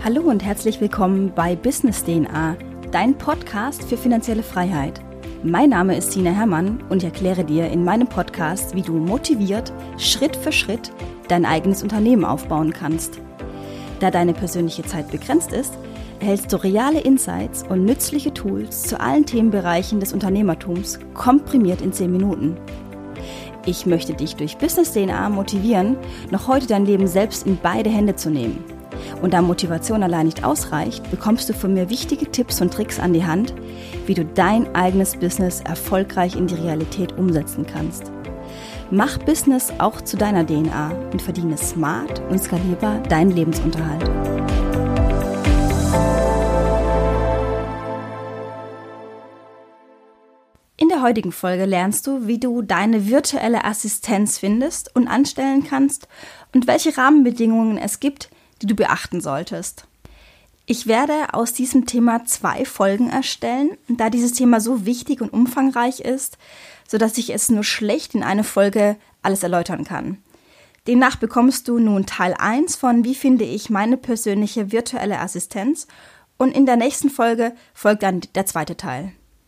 Hallo und herzlich willkommen bei Business DNA, dein Podcast für finanzielle Freiheit. Mein Name ist Tina Herrmann und ich erkläre dir in meinem Podcast, wie du motiviert, Schritt für Schritt dein eigenes Unternehmen aufbauen kannst. Da deine persönliche Zeit begrenzt ist, erhältst du reale Insights und nützliche Tools zu allen Themenbereichen des Unternehmertums komprimiert in 10 Minuten. Ich möchte dich durch Business DNA motivieren, noch heute dein Leben selbst in beide Hände zu nehmen. Und da Motivation allein nicht ausreicht, bekommst du von mir wichtige Tipps und Tricks an die Hand, wie du dein eigenes Business erfolgreich in die Realität umsetzen kannst. Mach Business auch zu deiner DNA und verdiene smart und skalierbar deinen Lebensunterhalt. In der heutigen Folge lernst du, wie du deine virtuelle Assistenz findest und anstellen kannst und welche Rahmenbedingungen es gibt, die du beachten solltest. Ich werde aus diesem Thema 2 Folgen erstellen, da dieses Thema so wichtig und umfangreich ist, sodass ich es nur schlecht in einer Folge alles erläutern kann. Demnach bekommst du nun Teil 1 von Wie finde ich meine persönliche virtuelle Assistenz und in der nächsten Folge folgt dann der zweite Teil.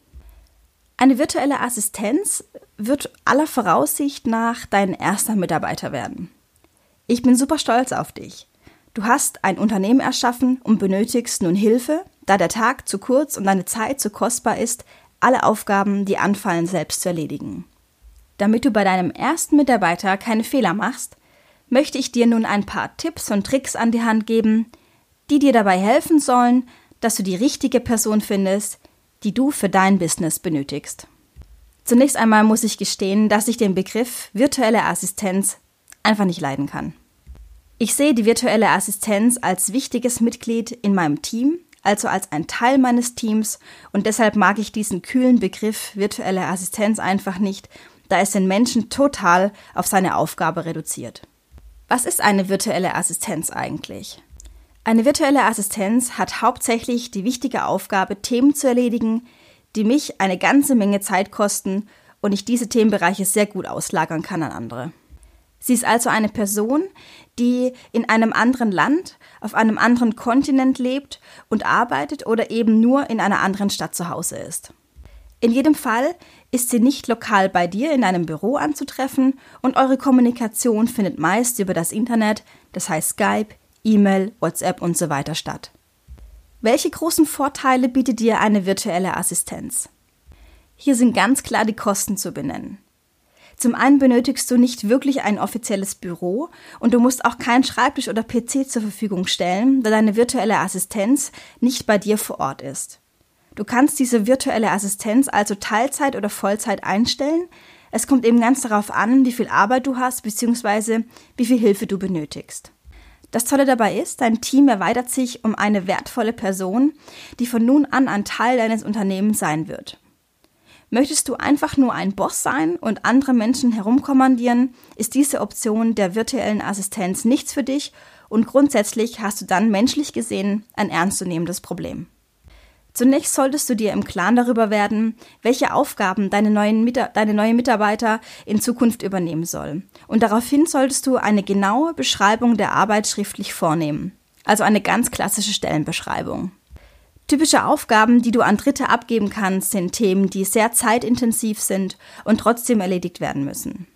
Eine virtuelle Assistenz wird aller Voraussicht nach dein erster Mitarbeiter werden. Ich bin super stolz auf dich. Du hast ein Unternehmen erschaffen und benötigst nun Hilfe, da der Tag zu kurz und deine Zeit zu kostbar ist, alle Aufgaben, die anfallen, selbst zu erledigen. Damit du bei deinem ersten Mitarbeiter keine Fehler machst, möchte ich dir nun ein paar Tipps und Tricks an die Hand geben, die dir dabei helfen sollen, dass du die richtige Person findest, die du für dein Business benötigst. Zunächst einmal muss ich gestehen, dass ich den Begriff virtuelle Assistenz einfach nicht leiden kann. Ich sehe die virtuelle Assistenz als wichtiges Mitglied in meinem Team, also als ein Teil meines Teams, und deshalb mag ich diesen kühlen Begriff virtuelle Assistenz einfach nicht, da es den Menschen total auf seine Aufgabe reduziert. Was ist eine virtuelle Assistenz eigentlich? Eine virtuelle Assistenz hat hauptsächlich die wichtige Aufgabe, Themen zu erledigen, die mich eine ganze Menge Zeit kosten und ich diese Themenbereiche sehr gut auslagern kann an andere. Sie ist also eine Person, die in einem anderen Land, auf einem anderen Kontinent lebt und arbeitet oder eben nur in einer anderen Stadt zu Hause ist. In jedem Fall ist sie nicht lokal bei dir in deinem Büro anzutreffen und eure Kommunikation findet meist über das Internet, das heißt Skype, E-Mail, WhatsApp und so weiter statt. Welche großen Vorteile bietet dir eine virtuelle Assistenz? Hier sind ganz klar die Kosten zu benennen. Zum einen benötigst du nicht wirklich ein offizielles Büro und du musst auch keinen Schreibtisch oder PC zur Verfügung stellen, da deine virtuelle Assistenz nicht bei dir vor Ort ist. Du kannst diese virtuelle Assistenz also Teilzeit oder Vollzeit einstellen. Es kommt eben ganz darauf an, wie viel Arbeit du hast bzw. wie viel Hilfe du benötigst. Das Tolle dabei ist, dein Team erweitert sich um eine wertvolle Person, die von nun an ein Teil deines Unternehmens sein wird. Möchtest du einfach nur ein Boss sein und andere Menschen herumkommandieren, ist diese Option der virtuellen Assistenz nichts für dich und grundsätzlich hast du dann menschlich gesehen ein ernstzunehmendes Problem. Zunächst solltest du dir im Klaren darüber werden, welche Aufgaben deine neue Mitarbeiter in Zukunft übernehmen soll. Und daraufhin solltest du eine genaue Beschreibung der Arbeit schriftlich vornehmen, also eine ganz klassische Stellenbeschreibung. Typische Aufgaben, die du an Dritte abgeben kannst, sind Themen, die sehr zeitintensiv sind und trotzdem erledigt werden müssen.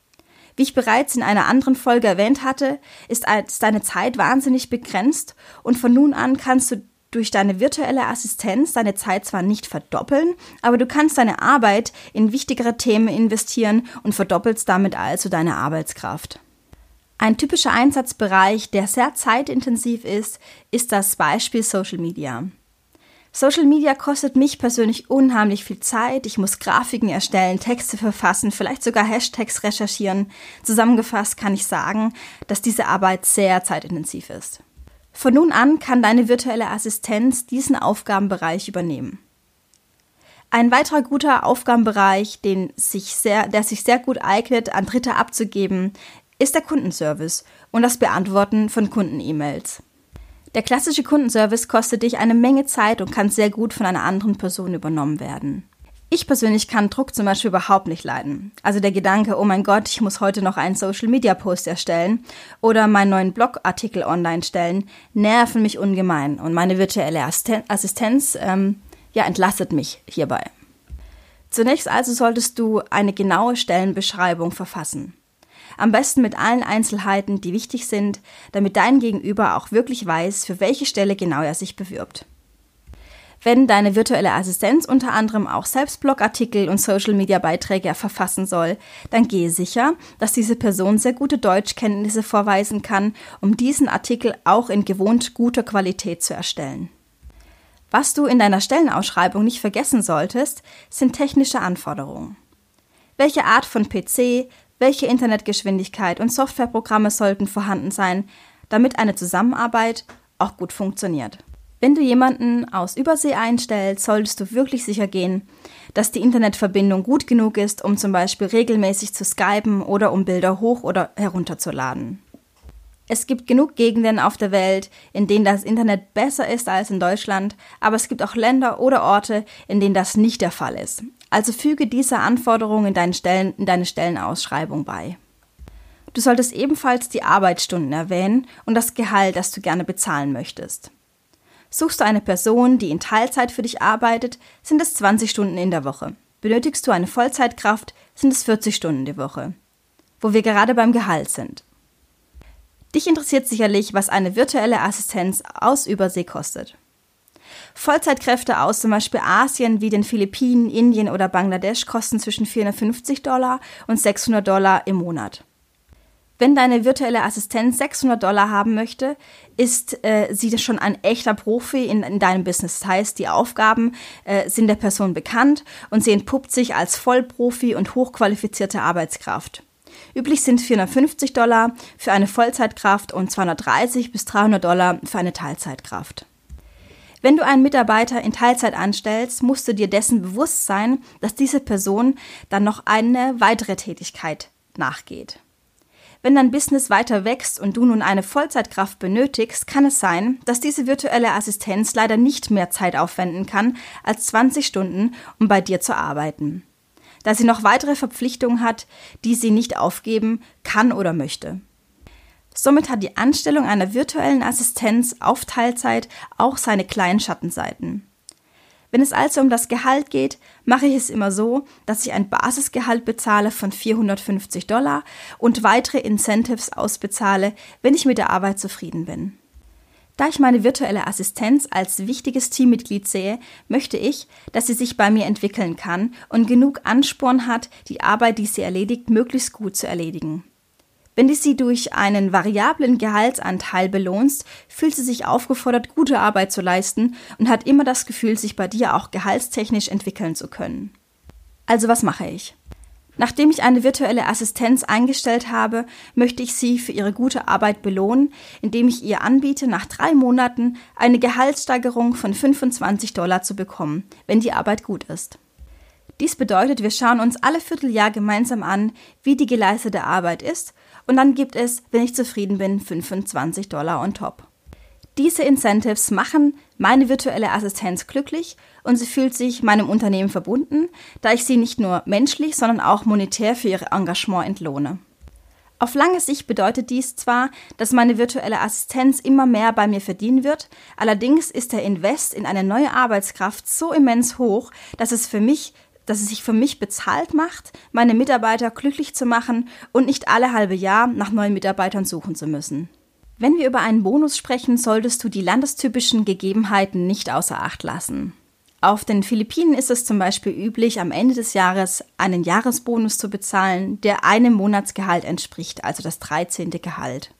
Wie ich bereits in einer anderen Folge erwähnt hatte, ist deine Zeit wahnsinnig begrenzt und von nun an kannst du durch deine virtuelle Assistenz deine Zeit zwar nicht verdoppeln, aber du kannst deine Arbeit in wichtigere Themen investieren und verdoppelst damit also deine Arbeitskraft. Ein typischer Einsatzbereich, der sehr zeitintensiv ist das Beispiel Social Media. Social Media kostet mich persönlich unheimlich viel Zeit. Ich muss Grafiken erstellen, Texte verfassen, vielleicht sogar Hashtags recherchieren. Zusammengefasst kann ich sagen, dass diese Arbeit sehr zeitintensiv ist. Von nun an kann deine virtuelle Assistenz diesen Aufgabenbereich übernehmen. Ein weiterer guter Aufgabenbereich, der sich sehr gut eignet, an Dritte abzugeben, ist der Kundenservice und das Beantworten von Kunden-E-Mails. Der klassische Kundenservice kostet dich eine Menge Zeit und kann sehr gut von einer anderen Person übernommen werden. Ich persönlich kann Druck zum Beispiel überhaupt nicht leiden. Also der Gedanke, oh mein Gott, ich muss heute noch einen Social-Media-Post erstellen oder meinen neuen Blogartikel online stellen, nerven mich ungemein. Und meine virtuelle Assistenz entlastet mich hierbei. Zunächst also solltest du eine genaue Stellenbeschreibung verfassen. Am besten mit allen Einzelheiten, die wichtig sind, damit dein Gegenüber auch wirklich weiß, für welche Stelle genau er sich bewirbt. Wenn deine virtuelle Assistenz unter anderem auch selbst Blogartikel und Social-Media-Beiträge verfassen soll, dann gehe sicher, dass diese Person sehr gute Deutschkenntnisse vorweisen kann, um diesen Artikel auch in gewohnt guter Qualität zu erstellen. Was du in deiner Stellenausschreibung nicht vergessen solltest, sind technische Anforderungen. Welche Art von PC, welche Internetgeschwindigkeit und Softwareprogramme sollten vorhanden sein, damit eine Zusammenarbeit auch gut funktioniert. Wenn du jemanden aus Übersee einstellst, solltest du wirklich sicher gehen, dass die Internetverbindung gut genug ist, um zum Beispiel regelmäßig zu skypen oder um Bilder hoch- oder herunterzuladen. Es gibt genug Gegenden auf der Welt, in denen das Internet besser ist als in Deutschland, aber es gibt auch Länder oder Orte, in denen das nicht der Fall ist. Also füge diese Anforderungen in deine Stellenausschreibung bei. Du solltest ebenfalls die Arbeitsstunden erwähnen und das Gehalt, das du gerne bezahlen möchtest. Suchst du eine Person, die in Teilzeit für dich arbeitet, sind es 20 Stunden in der Woche. Benötigst du eine Vollzeitkraft, sind es 40 Stunden die Woche. Wo wir gerade beim Gehalt sind. Dich interessiert sicherlich, was eine virtuelle Assistenz aus Übersee kostet. Vollzeitkräfte aus zum Beispiel Asien wie den Philippinen, Indien oder Bangladesch kosten zwischen $450 und $600 im Monat. Wenn deine virtuelle Assistenz $600 haben möchte, ist sie schon ein echter Profi in deinem Business. Das heißt, die Aufgaben sind der Person bekannt und sie entpuppt sich als Vollprofi und hochqualifizierte Arbeitskraft. Üblich sind $450 für eine Vollzeitkraft und $230 bis $300 für eine Teilzeitkraft. Wenn du einen Mitarbeiter in Teilzeit anstellst, musst du dir dessen bewusst sein, dass diese Person dann noch eine weitere Tätigkeit nachgeht. Wenn dein Business weiter wächst und du nun eine Vollzeitkraft benötigst, kann es sein, dass diese virtuelle Assistenz leider nicht mehr Zeit aufwenden kann als 20 Stunden, um bei dir zu arbeiten, da sie noch weitere Verpflichtungen hat, die sie nicht aufgeben kann oder möchte. Somit hat die Anstellung einer virtuellen Assistenz auf Teilzeit auch seine kleinen Schattenseiten. Wenn es also um das Gehalt geht, mache ich es immer so, dass ich ein Basisgehalt bezahle von $450 und weitere Incentives ausbezahle, wenn ich mit der Arbeit zufrieden bin. Da ich meine virtuelle Assistenz als wichtiges Teammitglied sehe, möchte ich, dass sie sich bei mir entwickeln kann und genug Ansporn hat, die Arbeit, die sie erledigt, möglichst gut zu erledigen. Wenn du sie durch einen variablen Gehaltsanteil belohnst, fühlt sie sich aufgefordert, gute Arbeit zu leisten und hat immer das Gefühl, sich bei dir auch gehaltstechnisch entwickeln zu können. Also was mache ich? Nachdem ich eine virtuelle Assistenz eingestellt habe, möchte ich sie für ihre gute Arbeit belohnen, indem ich ihr anbiete, nach 3 Monaten eine Gehaltssteigerung von $25 zu bekommen, wenn die Arbeit gut ist. Dies bedeutet, wir schauen uns alle Vierteljahr gemeinsam an, wie die geleistete Arbeit ist, und dann gibt es, wenn ich zufrieden bin, $25 on top. Diese Incentives machen meine virtuelle Assistenz glücklich und sie fühlt sich meinem Unternehmen verbunden, da ich sie nicht nur menschlich, sondern auch monetär für ihr Engagement entlohne. Auf lange Sicht bedeutet dies zwar, dass meine virtuelle Assistenz immer mehr bei mir verdienen wird, allerdings ist der Invest in eine neue Arbeitskraft so immens hoch, dass es sich für mich bezahlt macht, meine Mitarbeiter glücklich zu machen und nicht alle halbe Jahr nach neuen Mitarbeitern suchen zu müssen. Wenn wir über einen Bonus sprechen, solltest du die landestypischen Gegebenheiten nicht außer Acht lassen. Auf den Philippinen ist es zum Beispiel üblich, am Ende des Jahres einen Jahresbonus zu bezahlen, der einem Monatsgehalt entspricht, also das 13. Gehalt.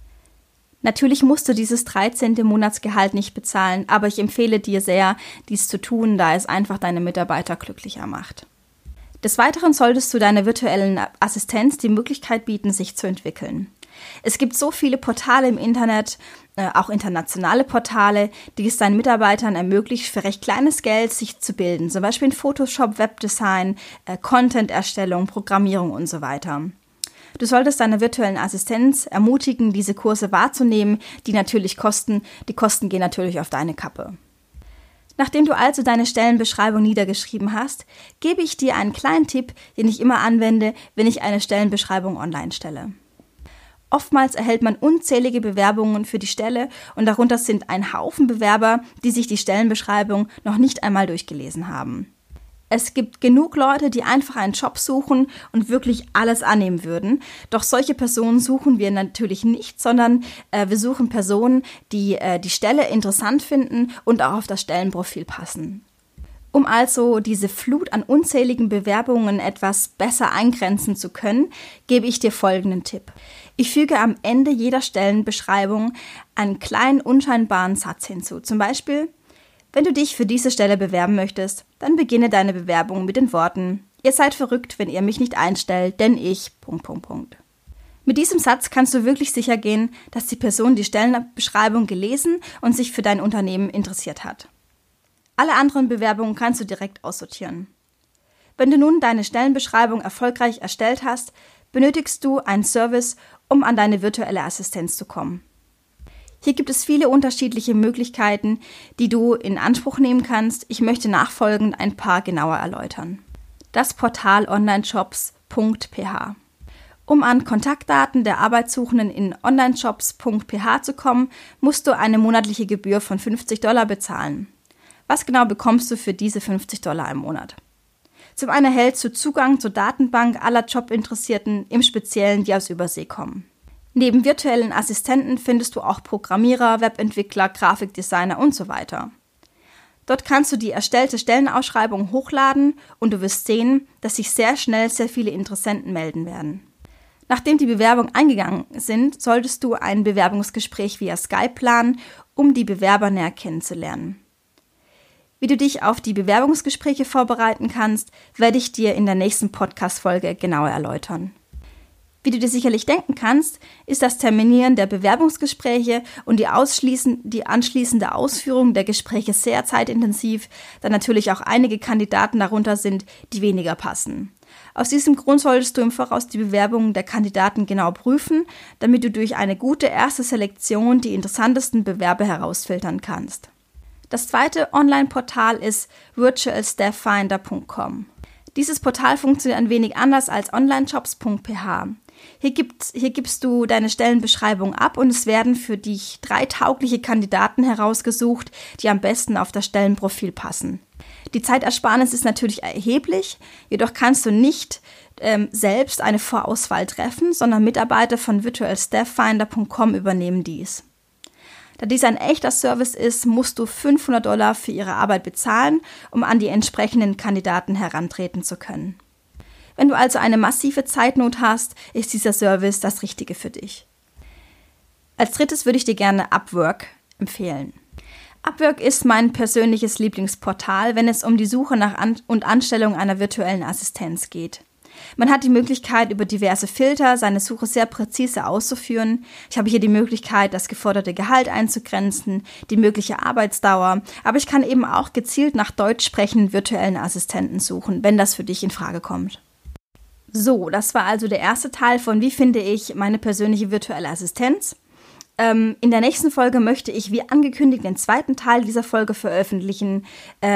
Natürlich musst du dieses 13. Monatsgehalt nicht bezahlen, aber ich empfehle dir sehr, dies zu tun, da es einfach deine Mitarbeiter glücklicher macht. Des Weiteren solltest du deiner virtuellen Assistenz die Möglichkeit bieten, sich zu entwickeln. Es gibt so viele Portale im Internet, auch internationale Portale, die es deinen Mitarbeitern ermöglicht, für recht kleines Geld sich zu bilden, zum Beispiel in Photoshop, Webdesign, Content-Erstellung, Programmierung und so weiter. Du solltest deine virtuellen Assistenz ermutigen, diese Kurse wahrzunehmen, die natürlich kosten. Die Kosten gehen natürlich auf deine Kappe. Nachdem du also deine Stellenbeschreibung niedergeschrieben hast, gebe ich dir einen kleinen Tipp, den ich immer anwende, wenn ich eine Stellenbeschreibung online stelle. Oftmals erhält man unzählige Bewerbungen für die Stelle und darunter sind ein Haufen Bewerber, die sich die Stellenbeschreibung noch nicht einmal durchgelesen haben. Es gibt genug Leute, die einfach einen Job suchen und wirklich alles annehmen würden. Doch solche Personen suchen wir natürlich nicht, sondern wir suchen Personen, die die Stelle interessant finden und auch auf das Stellenprofil passen. Um also diese Flut an unzähligen Bewerbungen etwas besser eingrenzen zu können, gebe ich dir folgenden Tipp. Ich füge am Ende jeder Stellenbeschreibung einen kleinen, unscheinbaren Satz hinzu. Zum Beispiel: Wenn du dich für diese Stelle bewerben möchtest, dann beginne deine Bewerbung mit den Worten: Ihr seid verrückt, wenn ihr mich nicht einstellt, denn ich... Mit diesem Satz kannst du wirklich sicher gehen, dass die Person die Stellenbeschreibung gelesen und sich für dein Unternehmen interessiert hat. Alle anderen Bewerbungen kannst du direkt aussortieren. Wenn du nun deine Stellenbeschreibung erfolgreich erstellt hast, benötigst du einen Service, um an deine virtuelle Assistenz zu kommen. Hier gibt es viele unterschiedliche Möglichkeiten, die du in Anspruch nehmen kannst. Ich möchte nachfolgend ein paar genauer erläutern. Das Portal onlinejobs.ph. Um an Kontaktdaten der Arbeitssuchenden in onlinejobs.ph zu kommen, musst du eine monatliche Gebühr von $50 bezahlen. Was genau bekommst du für diese $50 im Monat? Zum einen erhältst du Zugang zur Datenbank aller Jobinteressierten, im Speziellen die aus Übersee kommen. Neben virtuellen Assistenten findest du auch Programmierer, Webentwickler, Grafikdesigner und so weiter. Dort kannst du die erstellte Stellenausschreibung hochladen und du wirst sehen, dass sich sehr schnell sehr viele Interessenten melden werden. Nachdem die Bewerbungen eingegangen sind, solltest du ein Bewerbungsgespräch via Skype planen, um die Bewerber näher kennenzulernen. Wie du dich auf die Bewerbungsgespräche vorbereiten kannst, werde ich dir in der nächsten Podcast-Folge genauer erläutern. Wie du dir sicherlich denken kannst, ist das Terminieren der Bewerbungsgespräche und die anschließende Ausführung der Gespräche sehr zeitintensiv, da natürlich auch einige Kandidaten darunter sind, die weniger passen. Aus diesem Grund solltest du im Voraus die Bewerbungen der Kandidaten genau prüfen, damit du durch eine gute erste Selektion die interessantesten Bewerber herausfiltern kannst. Das zweite Online-Portal ist virtualstafffinder.com. Dieses Portal funktioniert ein wenig anders als onlinejobs.ph. Hier gibst du deine Stellenbeschreibung ab und es werden für dich 3 taugliche Kandidaten herausgesucht, die am besten auf das Stellenprofil passen. Die Zeitersparnis ist natürlich erheblich, jedoch kannst du nicht selbst eine Vorauswahl treffen, sondern Mitarbeiter von virtualstafffinder.com übernehmen dies. Da dies ein echter Service ist, musst du $500 für ihre Arbeit bezahlen, um an die entsprechenden Kandidaten herantreten zu können. Wenn du also eine massive Zeitnot hast, ist dieser Service das Richtige für dich. Als drittes würde ich dir gerne Upwork empfehlen. Upwork ist mein persönliches Lieblingsportal, wenn es um die Suche nach und Anstellung einer virtuellen Assistenz geht. Man hat die Möglichkeit, über diverse Filter seine Suche sehr präzise auszuführen. Ich habe hier die Möglichkeit, das geforderte Gehalt einzugrenzen, die mögliche Arbeitsdauer, aber ich kann eben auch gezielt nach deutsch sprechenden virtuellen Assistenten suchen, wenn das für dich in Frage kommt. So, das war also der erste Teil von Wie finde ich meine persönliche virtuelle Assistenz. In der nächsten Folge möchte ich, wie angekündigt, den zweiten Teil dieser Folge veröffentlichen.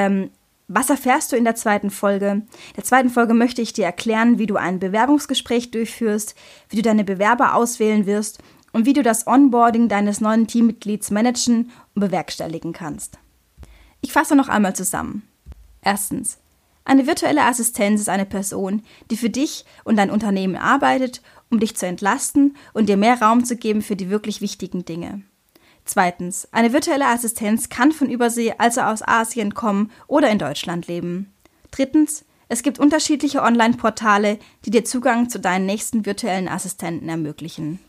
Was erfährst du in der zweiten Folge? In der zweiten Folge möchte ich dir erklären, wie du ein Bewerbungsgespräch durchführst, wie du deine Bewerber auswählen wirst und wie du das Onboarding deines neuen Teammitglieds managen und bewerkstelligen kannst. Ich fasse noch einmal zusammen. Erstens: Eine virtuelle Assistenz ist eine Person, die für dich und dein Unternehmen arbeitet, um dich zu entlasten und dir mehr Raum zu geben für die wirklich wichtigen Dinge. Zweitens: Eine virtuelle Assistenz kann von Übersee, also aus Asien, kommen oder in Deutschland leben. Drittens: Es gibt unterschiedliche Online-Portale, die dir Zugang zu deinen nächsten virtuellen Assistenten ermöglichen.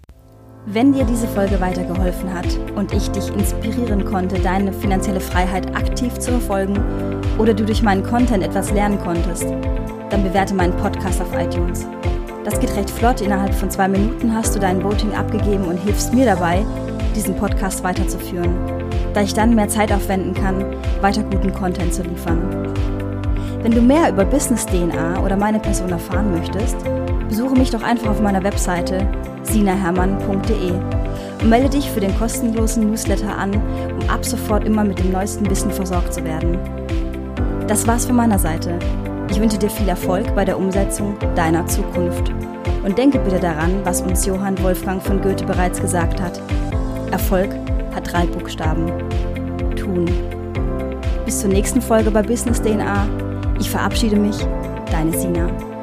Wenn dir diese Folge weitergeholfen hat und ich dich inspirieren konnte, deine finanzielle Freiheit aktiv zu verfolgen oder du durch meinen Content etwas lernen konntest, dann bewerte meinen Podcast auf iTunes. Das geht recht flott, innerhalb von 2 Minuten hast du dein Voting abgegeben und hilfst mir dabei, diesen Podcast weiterzuführen, da ich dann mehr Zeit aufwenden kann, weiter guten Content zu liefern. Wenn du mehr über Business DNA oder meine Person erfahren möchtest, besuche mich doch einfach auf meiner Webseite sinahermann.de und melde dich für den kostenlosen Newsletter an, um ab sofort immer mit dem neuesten Wissen versorgt zu werden. Das war's von meiner Seite. Ich wünsche dir viel Erfolg bei der Umsetzung deiner Zukunft. Und denke bitte daran, was uns Johann Wolfgang von Goethe bereits gesagt hat. Erfolg hat 3 Buchstaben. Tun. Bis zur nächsten Folge bei Business DNA. Ich verabschiede mich, deine Sina.